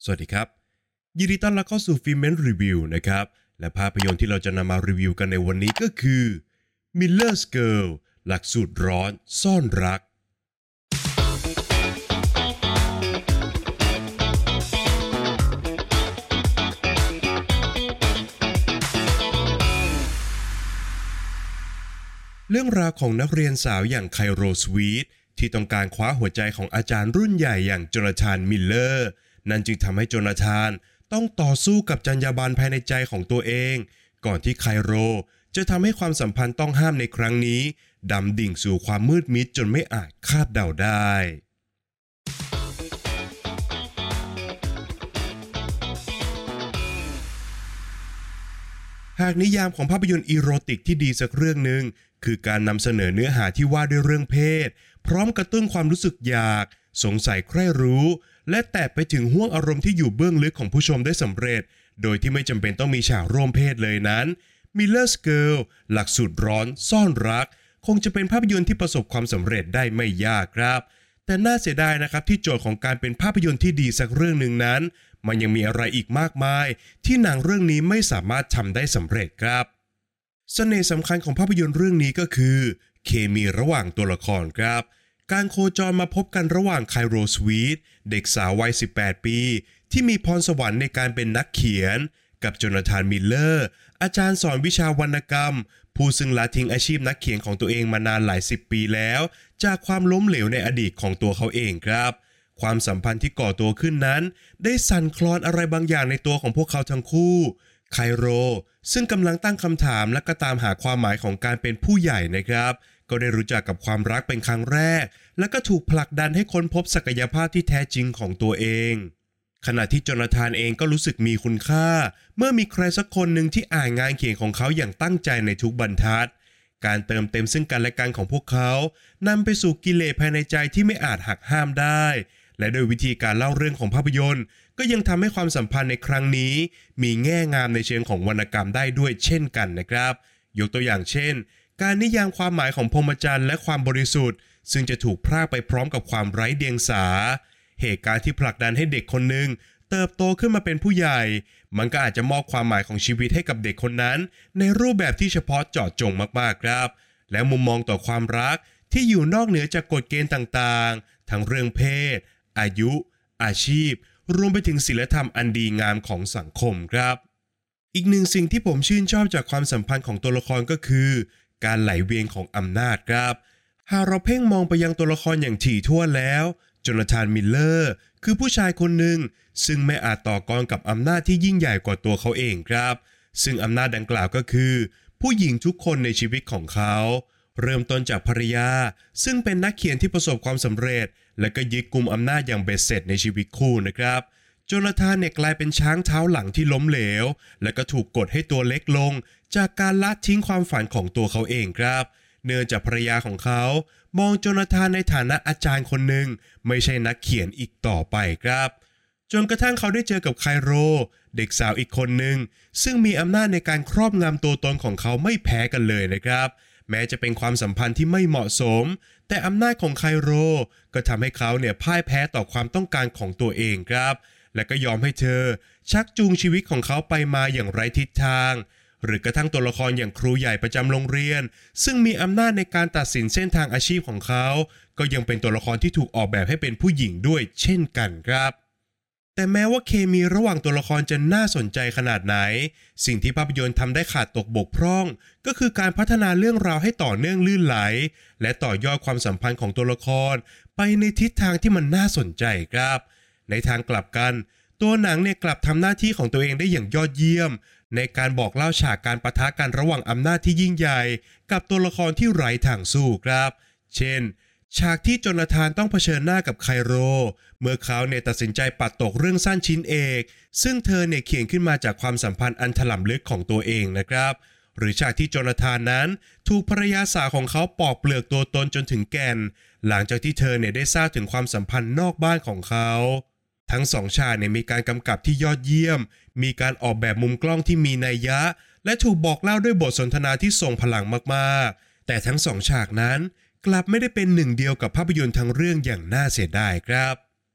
สวัสดีครับยินดีต้อนรับเข้าสู่ฟิล์มเมนต์รีวิวนะครับและภาพยนตร์ที่เราจะนำมารีวิวกันในวันนี้ก็คือ Miller's Girl หลักสูตรร้อนซ่อนรักเรื่องราวของนักเรียนสาวอย่างไคโรสวีทที่ต้องการคว้าหัวใจของอาจารย์รุ่นใหญ่อย่างโจนาธานมิลเลอร์นั่นจึงทำให้โจนาธานต้องต่อสู้กับจรรยาบรรณภายในใจของตัวเองก่อนที่ไคโรจะทำให้ความสัมพันธ์ต้องห้ามในครั้งนี้ดำดิ่งสู่ความมืดมิดจนไม่อาจคาดเดาได้หากนิยามของภาพยนตร์อีโรติกที่ดีสักเรื่องหนึ่งคือการนำเสนอเนื้อหาที่ว่าด้วยเรื่องเพศพร้อมกระตุ้นความรู้สึกอยากสงสัยใคร่รู้และแตะไปถึงห้วงอารมณ์ที่อยู่เบื้องลึกของผู้ชมได้สำเร็จโดยที่ไม่จำเป็นต้องมีฉากร่วมเพศเลยนั้น Miller's Girl หลักสูตรร้อนซ่อนรักคงจะเป็นภาพยนตร์ที่ประสบความสำเร็จได้ไม่ยากครับแต่น่าเสียดายนะครับที่โจทย์ของการเป็นภาพยนตร์ที่ดีสักเรื่องหนึ่งนั้นมันยังมีอะไรอีกมากมายที่หนังเรื่องนี้ไม่สามารถทำได้สำเร็จครับเสน่ห์สำคัญของภาพยนตร์เรื่องนี้ก็คือเคมีระหว่างตัวละครครับการโคจรมาพบกันระหว่างไคโรสวีทเด็กสาววัย18ปีที่มีพรสวรรค์ในการเป็นนักเขียนกับโจนาธานมิลเลอร์อาจารย์สอนวิชาวรรณกรรมผู้ซึ่งละทิ้งอาชีพนักเขียนของตัวเองมานานหลายสิบปีแล้วจากความล้มเหลวในอดีตของตัวเขาเองครับความสัมพันธ์ที่ก่อตัวขึ้นนั้นได้สั่นคลอนอะไรบางอย่างในตัวของพวกเขาทั้งคู่ไคโรซึ่งกำลังตั้งคำถามและก็ตามหาความหมายของการเป็นผู้ใหญ่นะครับก็ได้รู้จักกับความรักเป็นครั้งแรกและก็ถูกผลักดันให้ค้นพบศักยภาพที่แท้จริงของตัวเองขณะที่โจนาธานเองก็รู้สึกมีคุณค่าเมื่อมีใครสักคนหนึ่งที่อ่านงานเขียนของเขาอย่างตั้งใจในทุกบรรทัดการเติมเต็มซึ่งกันและกันของพวกเขานำไปสู่กิเลสภายในใจที่ไม่อาจหักห้ามได้และโดยวิธีการเล่าเรื่องของภาพยนตร์ก็ยังทำให้ความสัมพันธ์ในครั้งนี้มีแง่งามในเชิงของวรรณกรรมได้ด้วยเช่นกันนะครับยกตัวอย่างเช่นการนิยามความหมายของพรหมจรรย์และความบริสุทธิ์ซึ่งจะถูกพรากไปพร้อมกับความไร้เดียงสาเหตุการณ์ที่ผลักดันให้เด็กคนหนึ่งเติบโตขึ้นมาเป็นผู้ใหญ่มันก็อาจจะมอบความหมายของชีวิตให้กับเด็กคนนั้นในรูปแบบที่เฉพาะเจาะจงมากๆครับและมุมมองต่อความรักที่อยู่นอกเหนือจากกฎเกณฑ์ต่างๆทั้งเรื่องเพศอายุอาชีพรวมไปถึงศีลธรรมอันดีงามของสังคมครับอีกหนึ่งสิ่งที่ผมชื่นชอบจากความสัมพันธ์ของตัวละครก็คือการไหลเวียนของอำนาจครับหากเราเพ่งมองไปยังตัวละครอย่างถี่ถ้วนแล้วโจนาธานมิลเลอร์คือผู้ชายคนหนึ่งซึ่งไม่อาจต่อกรกับอำนาจที่ยิ่งใหญ่กว่าตัวเขาเองครับซึ่งอำนาจดังกล่าวก็คือผู้หญิงทุกคนในชีวิตของเขาเริ่มต้นจากภรรยาซึ่งเป็นนักเขียนที่ประสบความสำเร็จและก็ยึดกุมอำนาจอย่างเบ็ดเสร็จในชีวิตคู่นะครับโจนาธานเนี่ยกลายเป็นช้างเท้าหลังที่ล้มเหลวและก็ถูกกดให้ตัวเล็กลงจากการละทิ้งความฝันของตัวเขาเองครับเนื่องจากภรรยาของเขามองโจนาธานในฐานะอาจารย์คนหนึ่งไม่ใช่นักเขียนอีกต่อไปครับจนกระทั่งเขาได้เจอกับไคโรเด็กสาวอีกคนหนึ่งซึ่งมีอำนาจในการครอบงำตัวตนของเขาไม่แพ้กันเลยนะครับแม้จะเป็นความสัมพันธ์ที่ไม่เหมาะสมแต่อำนาจของไคโรก็ทำให้เขาเนี่ยพ่ายแพ้ต่อความต้องการของตัวเองครับและก็ยอมให้เธอชักจูงชีวิตของเขาไปมาอย่างไร้ทิศทางหรือกระทั่งตัวละครอย่างครูใหญ่ประจำโรงเรียนซึ่งมีอำนาจในการตัดสินเส้นทางอาชีพของเขาก็ยังเป็นตัวละครที่ถูกออกแบบให้เป็นผู้หญิงด้วยเช่นกันครับแต่แม้ว่าเคมีระหว่างตัวละครจะน่าสนใจขนาดไหนสิ่งที่ภาพยนตร์ทำได้ขาดตกบกพร่องก็คือการพัฒนาเรื่องราวให้ต่อเนื่องลื่นไหลและต่อยอดความสัมพันธ์ของตัวละครไปในทิศทางที่มันน่าสนใจครับในทางกลับกันตัวหนังเนี่ยกลับทำหน้าที่ของตัวเองได้อย่างยอดเยี่ยมในการบอกเล่าฉากการปะทะกันระหว่างอำนาจที่ยิ่งใหญ่กับตัวละครที่ไร้ทางสู้ครับเช่นฉากที่โจนาธานต้องเผชิญหน้ากับไคโรเมื่อเขาเนี่ยตัดสินใจปัดตกเรื่องสั้นชิ้นเอกซึ่งเธอเนี่ยเขียนขึ้นมาจากความสัมพันธ์อันถล่ำลึกของตัวเองนะครับหรือฉากที่โจนาธานนั้นถูกภรรยาสาวของเขาปอกเปลือกตัวตนจนถึงแก่นหลังจากที่เธอเนี่ยได้ทราบถึงความสัมพันธ์นอกบ้านของเขาทั้งสองฉากเนี่ยมีการกำกับที่ยอดเยี่ยมมีการออกแบบมุมกล้องที่มีนัยยะและถูกบอกเล่าด้วยบทสนทนาที่ทรงพลังมากๆแต่ทั้งสองฉากนั้นกลับไม่ได้เป็นหนึ่งเดียวกับภาพยนตร์ทั้งเรื่องอย่างน่าเสียดายครับ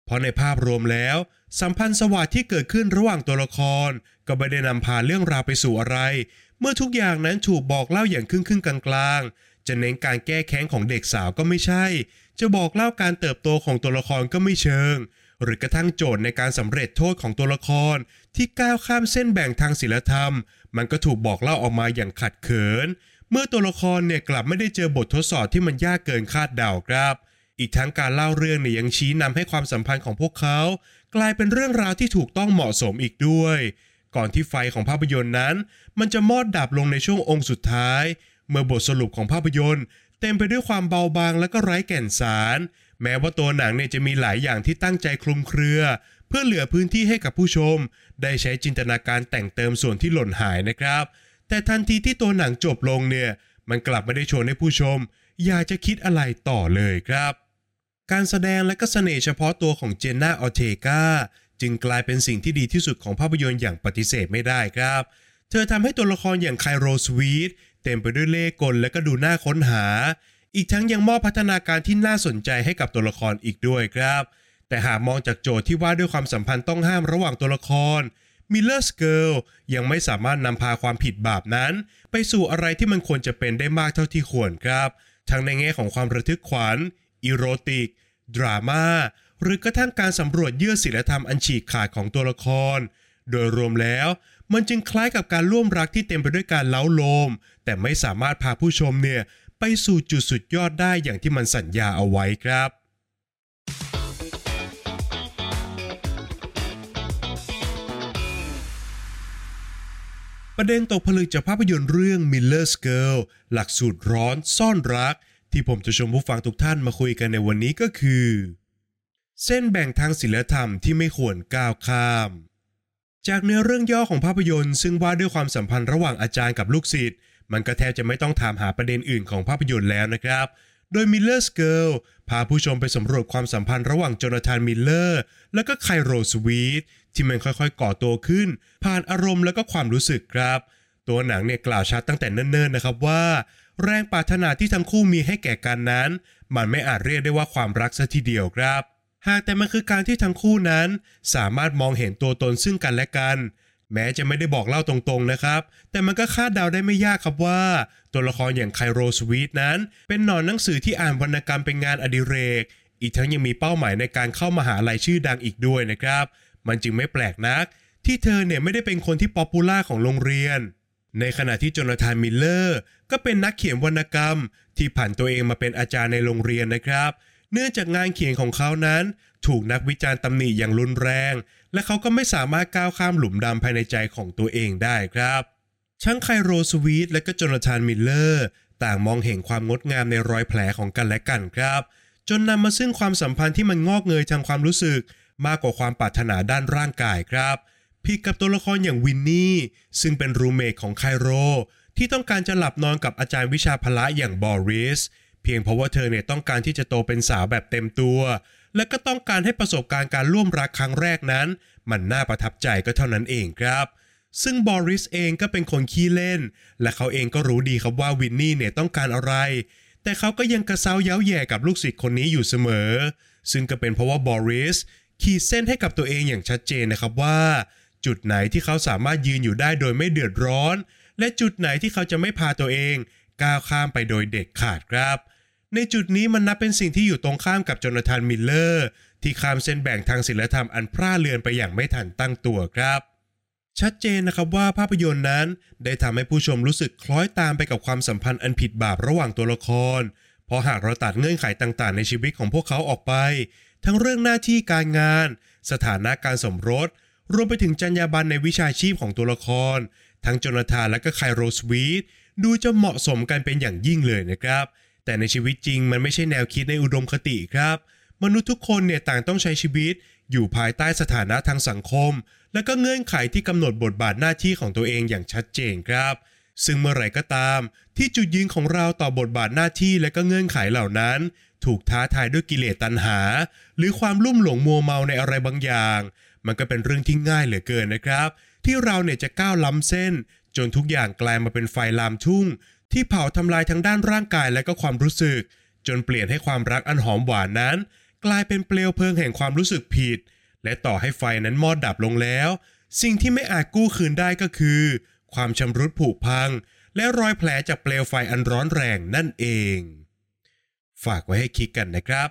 เพราะในภาพรวมแล้วสัมพันธ์สวัสดิ์ที่เกิดขึ้นระหว่างตัวละครก็ไม่ได้นำพาเรื่องราวไปสู่อะไรเมื่อทุกอย่างนั้นถูกบอกเล่าอย่างครึ่งกลางๆจะเน้นการแก้แค้นของเด็กสาวก็ไม่ใช่จะบอกเล่าการเติบโตของตัวละครก็ไม่เชิงหรือกระทั่งโจทย์ในการสำเร็จโทษของตัวละครที่ก้าวข้ามเส้นแบ่งทางศีลธรรมมันก็ถูกบอกเล่าออกมาอย่างขัดเขินเมื่อตัวละครเนี่ยกลับไม่ได้เจอบททดสอบที่มันยากเกินคาดเดาครับอีกทั้งการเล่าเรื่องเนี่ยยังชี้นำให้ความสัมพันธ์ของพวกเขากลายเป็นเรื่องราวที่ถูกต้องเหมาะสมอีกด้วยก่อนที่ไฟของภาพยนตร์นั้นมันจะมอดดับลงในช่วงองค์สุดท้ายเมื่อบทสรุปของภาพยนตร์เต็มไปด้วยความเบาบางและก็ไร้แก่นสารแม้ว่าตัวหนังเนี่ยจะมีหลายอย่างที่ตั้งใจคลุมเครือเพื่อเหลือพื้นที่ให้กับผู้ชมได้ใช้จินตนาการแต่งเติมส่วนที่หล่นหายนะครับแต่ทันทีที่ตัวหนังจบลงเนี่ยมันกลับไม่ได้ชวนให้ผู้ชมอยากจะคิดอะไรต่อเลยครับการแสดงและก็เสน่ห์เฉพาะตัวของเจนน่าออร์เทกาจึงกลายเป็นสิ่งที่ดีที่สุดของภาพยนตร์อย่างปฏิเสธไม่ได้ครับเธอทำให้ตัวละครอย่างไคโรสวีทเต็มไปด้วยเล่ห์กลและก็ดูน่าค้นหาอีกทั้งยังมอบพัฒนาการที่น่าสนใจให้กับตัวละครอีกด้วยครับแต่หากมองจากโจทย์ที่ว่าด้วยความสัมพันธ์ต้องห้ามระหว่างตัวละครMiller's Girl ยังไม่สามารถนำพาความผิดบาปนั้นไปสู่อะไรที่มันควรจะเป็นได้มากเท่าที่ควรครับทั้งในแง่ของความระทึกขวัญอีโรติกดราม่าหรือกระทั่งการสำรวจเยื่อศีลธรรมอันฉีกขาดของตัวละครโดยรวมแล้วมันจึงคล้ายกับการร่วมรักที่เต็มไปด้วยการเล้าโลมแต่ไม่สามารถพาผู้ชมเนี่ยไปสู่จุดสุดยอดได้อย่างที่มันสัญญาเอาไว้ครับประเด็นตกผลึกจากภาพยนตร์เรื่อง Miller's Girl หลักสูตรร้อนซ่อนรักที่ผมจะชวนผู้ฟังทุกท่านมาคุยกันในวันนี้ก็คือเส้นแบ่งทางศีลธรรมที่ไม่ควรก้าวข้ามจากเนื้อเรื่องย่อของภาพยนตร์ซึ่งว่าด้วยความสัมพันธ์ระหว่างอาจารย์กับลูกศิษย์มันก็แทบจะไม่ต้องถามหาประเด็นอื่นของภาพยนตร์แล้วนะครับโดย Miller's Girl พาผู้ชมไปสำรวจความสัมพันธ์ระหว่างโจนาธานมิลเลอร์และก็ไคโรสวีทที่มันค่อยๆก่อตัวขึ้นผ่านอารมณ์และก็ความรู้สึกครับตัวหนังเนี่ยกล่าวชัดตั้งแต่เนิ่นๆนะครับว่าแรงปรารถนาที่ทั้งคู่มีให้แก่กันนั้นมันไม่อาจเรียกได้ว่าความรักซะทีเดียวครับหากแต่มันคือการที่ทั้งคู่นั้นสามารถมองเห็นตัวตนซึ่งกันและกันแม้จะไม่ได้บอกเล่าตรงๆนะครับแต่มันก็คาดเดาได้ไม่ยากครับว่าตัวละครอย่างไคโรสวีทนั้นเป็นหนอนหนังสือที่อ่านวรรณกรรมเป็นงานอดิเรกอีกทั้งยังมีเป้าหมายในการเข้ามหาลัยชื่อดังอีกด้วยนะครับมันจึงไม่แปลกนักที่เธอเนี่ยไม่ได้เป็นคนที่ป๊อปปูล่าของโรงเรียนในขณะที่โจนาธานมิลเลอร์ก็เป็นนักเขียนวรรณกรรมที่ผันตัวเองมาเป็นอาจารย์ในโรงเรียนนะครับเนื่องจากงานเขียนของเขานั้นถูกนักวิจารณ์ตำหนิอย่างรุนแรงและเขาก็ไม่สามารถก้าวข้ามหลุมดำภายในใจของตัวเองได้ครับทั้งไคโรสวีทและก็โจนาธานมิลเลอร์ต่างมองเห็นความงดงามในรอยแผลของกันและกันครับจนนำมาซึ่งความสัมพันธ์ที่มันงอกเงยทางความรู้สึกมากกว่าความปรารถนาด้านร่างกายครับผิดกับตัวละครอย่างวินนี่ซึ่งเป็นรูเมทของไคโรที่ต้องการจะหลับนอนกับอาจารย์วิชาพละอย่างบอริสเพียงเพราะว่าเธอเนี่ยต้องการที่จะโตเป็นสาวแบบเต็มตัวและก็ต้องการให้ประสบการณ์การร่วมรักครั้งแรกนั้นมันน่าประทับใจก็เท่านั้นเองครับซึ่งบอริสเองก็เป็นคนขี้เล่นและเขาเองก็รู้ดีครับว่าวินนี่เนี่ยต้องการอะไรแต่เขาก็ยังกระเซาเย้าแย่กับลูกศิษย์คนนี้อยู่เสมอซึ่งก็เป็นเพราะว่าบอริสขีดเส้นให้กับตัวเองอย่างชัดเจนนะครับว่าจุดไหนที่เขาสามารถยืนอยู่ได้โดยไม่เดือดร้อนและจุดไหนที่เขาจะไม่พาตัวเองก้าวข้ามไปโดยเด็ดขาดครับในจุดนี้มันนับเป็นสิ่งที่อยู่ตรงข้ามกับโจนาธานมิลเลอร์ที่ข้ามเส้นแบ่งทางศีลธรรมอันพร่าเลือนไปอย่างไม่ทันตั้งตัวครับชัดเจนนะครับว่าภาพยนตร์นั้นได้ทำให้ผู้ชมรู้สึกคล้อยตามไปกับความสัมพันธ์อันผิดบาประหว่างตัวละครเพราะหากเราตัดเงื่อนไขต่างๆในชีวิตของพวกเขาออกไปทั้งเรื่องหน้าที่การงานสถานะการสมรสรวมไปถึงจรรยาบรรณในวิชาชีพของตัวละครทั้งโจนาธานและก็ไคโรสวีทดูจะเหมาะสมกันเป็นอย่างยิ่งเลยนะครับแต่ในชีวิตจริงมันไม่ใช่แนวคิดในอุดมคติครับมนุษย์ทุกคนเนี่ยต่างต้องใช้ชีวิตอยู่ภายใต้สถานะทางสังคมและก็เงื่อนไขที่กำหนดบทบาทหน้าที่ของตัวเองอย่างชัดเจนครับซึ่งเมื่อไหร่ก็ตามที่จุดยืนของเราต่อบทบาทหน้าที่และก็เงื่อนไขเหล่านั้นถูกท้าทายด้วยกิเลสตัณหาหรือความลุ่มหลงมัวเมาในอะไรบางอย่างมันก็เป็นเรื่องที่ง่ายเหลือเกินนะครับที่เราเนี่ยจะก้าวล้ำเส้นจนทุกอย่างกลายมาเป็นไฟลามทุ่งที่เผาทำลายทั้งด้านร่างกายและก็ความรู้สึกจนเปลี่ยนให้ความรักอันหอมหวานนั้นกลายเป็นเปลวเพลิงแห่งความรู้สึกผิดและต่อให้ไฟนั้นมอดดับลงแล้วสิ่งที่ไม่อาจกู้คืนได้ก็คือความชำรุดผุพังและรอยแผลจากเปลวไฟอันร้อนแรงนั่นเองฝากไว้ให้คิดกันนะครับ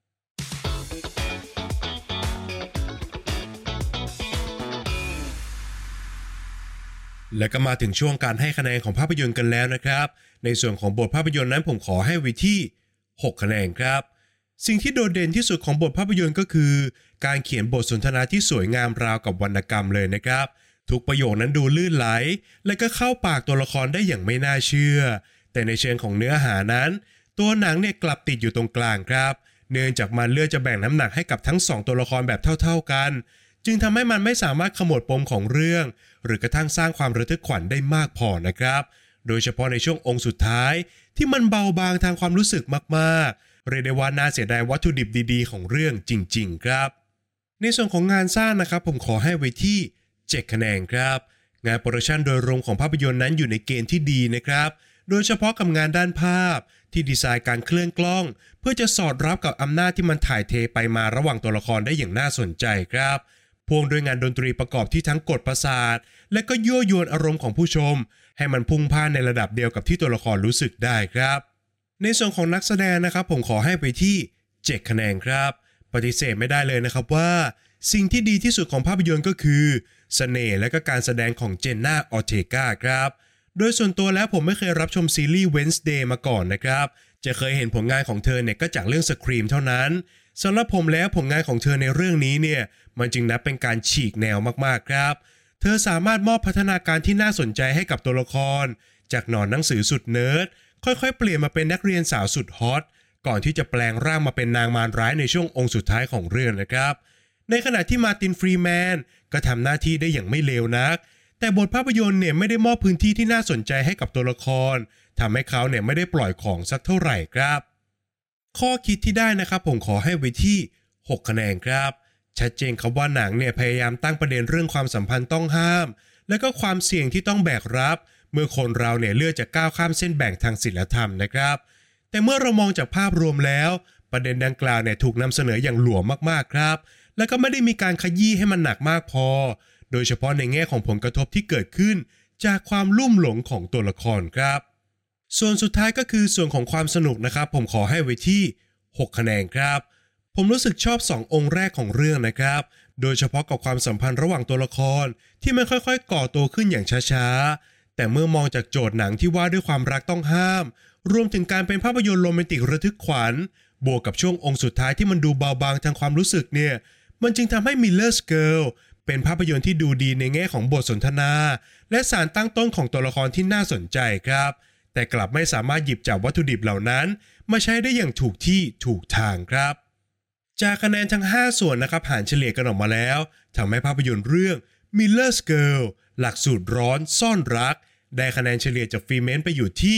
และก็มาถึงช่วงการให้คะแนนของภาพยนตร์กันแล้วนะครับในส่วนของบทภาพยนตร์นั้นผมขอให้ไว้ที่6คะแนนครับสิ่งที่โดดเด่นที่สุดของบทภาพยนตร์ก็คือการเขียนบทสนทนาที่สวยงามราวกับวรรณกรรมเลยนะครับทุกประโยคนั้นดูลื่นไหลและก็เข้าปากตัวละครได้อย่างไม่น่าเชื่อแต่ในเชิงของเนื้อหานั้นตัวหนังเนี่ยกลับติดอยู่ตรงกลางครับเนื่องจากมันเลือกจะแบ่งน้ำหนักให้กับทั้ง2ตัวละครแบบเท่าๆกันจึงทำให้มันไม่สามารถขมวดปมของเรื่องหรือกระทั่งสร้างความระทึกขวัญได้มากพอนะครับโดยเฉพาะในช่วงองค์สุดท้ายที่มันเบาบางทางความรู้สึกมากๆเรียกได้ว่าน่าเสียดายวัตถุดิบดีๆของเรื่องจริงๆครับในส่วนของงานสร้างนะครับผมขอให้ไว้ที่7คะแนนครับงานโปรดักชันโดยรวมของภาพยนตร์นั้นอยู่ในเกณฑ์ที่ดีนะครับโดยเฉพาะกับงานด้านภาพที่ดีไซน์การเคลื่อนกล้องเพื่อจะสอดรับกับอำนาจที่มันถ่ายเทไปมาระหว่างตัวละครได้อย่างน่าสนใจครับพ่วงด้วยงานดนตรีประกอบที่ทั้งกดประสาทและก็ยั่วยวนอารมณ์ของผู้ชมให้มันพุ่งพ่านในระดับเดียวกับที่ตัวละครรู้สึกได้ครับในส่วนของนักแสดงนะครับผมขอให้ไปที่7คะแนนครับปฏิเสธไม่ได้เลยนะครับว่าสิ่งที่ดีที่สุดของภาพยนตร์ก็คือเสน่ห์และก็การแสดงของเจนน่าออร์เทกาครับโดยส่วนตัวแล้วผมไม่เคยรับชมซีรีส์ Wednesday มาก่อนนะครับจะเคยเห็นผลงานของเธอเนี่ยก็จากเรื่อง Scream เท่านั้นสำหรับผมแล้วผลงานของเธอในเรื่องนี้เนี่ยมันจึงนับเป็นการฉีกแนวมากๆครับเธอสามารถมอบพัฒนาการที่น่าสนใจให้กับตัวละครจากหนอนหนังสือสุดเนิร์ดค่อยๆเปลี่ยนมาเป็นนักเรียนสาวสุดฮอตก่อนที่จะแปลงร่างมาเป็นนางมารร้ายในช่วงองค์สุดท้ายของเรื่องนะครับในขณะที่มาร์ติน ฟรีแมนก็ทำหน้าที่ได้อย่างไม่เลวนักแต่บทภาพยนตร์เนี่ยไม่ได้มอบพื้นที่ที่น่าสนใจให้กับตัวละครทำให้เขาเนี่ยไม่ได้ปล่อยของสักเท่าไหร่ครับข้อคิดที่ได้นะครับผมขอให้ไว้ที่6คะแนนครับชัดเจนครับว่าหนังเนี่ยพยายามตั้งประเด็นเรื่องความสัมพันธ์ต้องห้ามและก็ความเสี่ยงที่ต้องแบกรับเมื่อคนเราเนี่ยเลือกจะก้าวข้ามเส้นแบ่งทางศีลธรรมนะครับแต่เมื่อเรามองจากภาพรวมแล้วประเด็นดังกล่าวเนี่ยถูกนำเสนออย่างหลวมมากๆครับและก็ไม่ได้มีการขยี้ให้มันหนักมากพอโดยเฉพาะในแง่ของผลกระทบที่เกิดขึ้นจากความลุ่มหลงของตัวละครครับส่วนสุดท้ายก็คือส่วนของความสนุกนะครับผมขอให้ไว้ที่6คะแนนครับผมรู้สึกชอบ2องค์แรกของเรื่องนะครับโดยเฉพาะกับความสัมพันธ์ระหว่างตัวละครที่มันค่อยๆก่อตัวขึ้นอย่างช้าๆแต่เมื่อมองจากโจทย์หนังที่ว่าด้วยความรักต้องห้ามรวมถึงการเป็นภาพยนตร์โรแมนติกระทึกขวัญบวกกับช่วงองค์สุดท้ายที่มันดูเบาบางทางความรู้สึกเนี่ยมันจึงทำให้ Miller's Girl เป็นภาพยนตร์ที่ดูดีในแง่ของบทสนทนาและสารตั้งต้นของตัวละครที่น่าสนใจครับแต่กลับไม่สามารถหยิบจับวัตถุดิบเหล่านั้นมาใช้ได้อย่างถูกที่ถูกทางครับจากคะแนนทั้ง5ส่วนนะครับหารเฉลี่ยกันออกมาแล้วทำให้ภาพยนตร์เรื่อง Miller's Girl หลักสูตรร้อนซ่อนรักได้คะแนนเฉลี่ยจากฟีเมนต์ไปอยู่ที่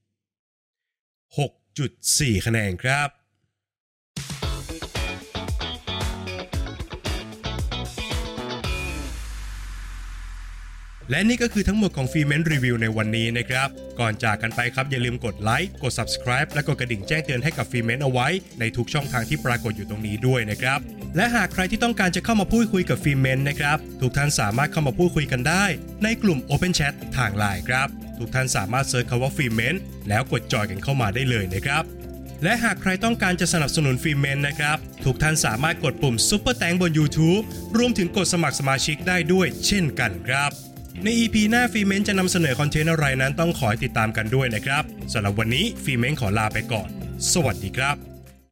6.4 คะแนนครับและนี่ก็คือทั้งหมดของฟีเมนต์รีวิวในวันนี้นะครับก่อนจากกันไปครับอย่าลืมกดไลค์กด Subscribe และกดกระดิ่งแจ้งเตือนให้กับฟีเมนต์เอาไว้ในทุกช่องทางที่ปรากฏอยู่ตรงนี้ด้วยนะครับและหากใครที่ต้องการจะเข้ามาพูดคุยกับฟีเมนต์นะครับทุกท่านสามารถเข้ามาพูดคุยกันได้ในกลุ่ม Open Chat ทาง LINE ครับทุกท่านสามารถเซิร์ชคำว่าฟีเมนต์แล้วกดจอยกันเข้ามาได้เลยนะครับและหากใครต้องการจะสนับสนุนฟีเมนต์นะครับทุกท่านสามารถกดปุ่ม Super Thanks บน YouTube รวมถึงกดสมัครสมาชิกได้ด้วยเช่นกันครับใน EP หน้าฟีเมนต์จะนำเสนอคอนเทนต์อะไรนั้นต้องขอติดตามกันด้วยนะครับสำหรับวันนี้ฟีเมนต์ขอลาไปก่อนสวัสดีครับ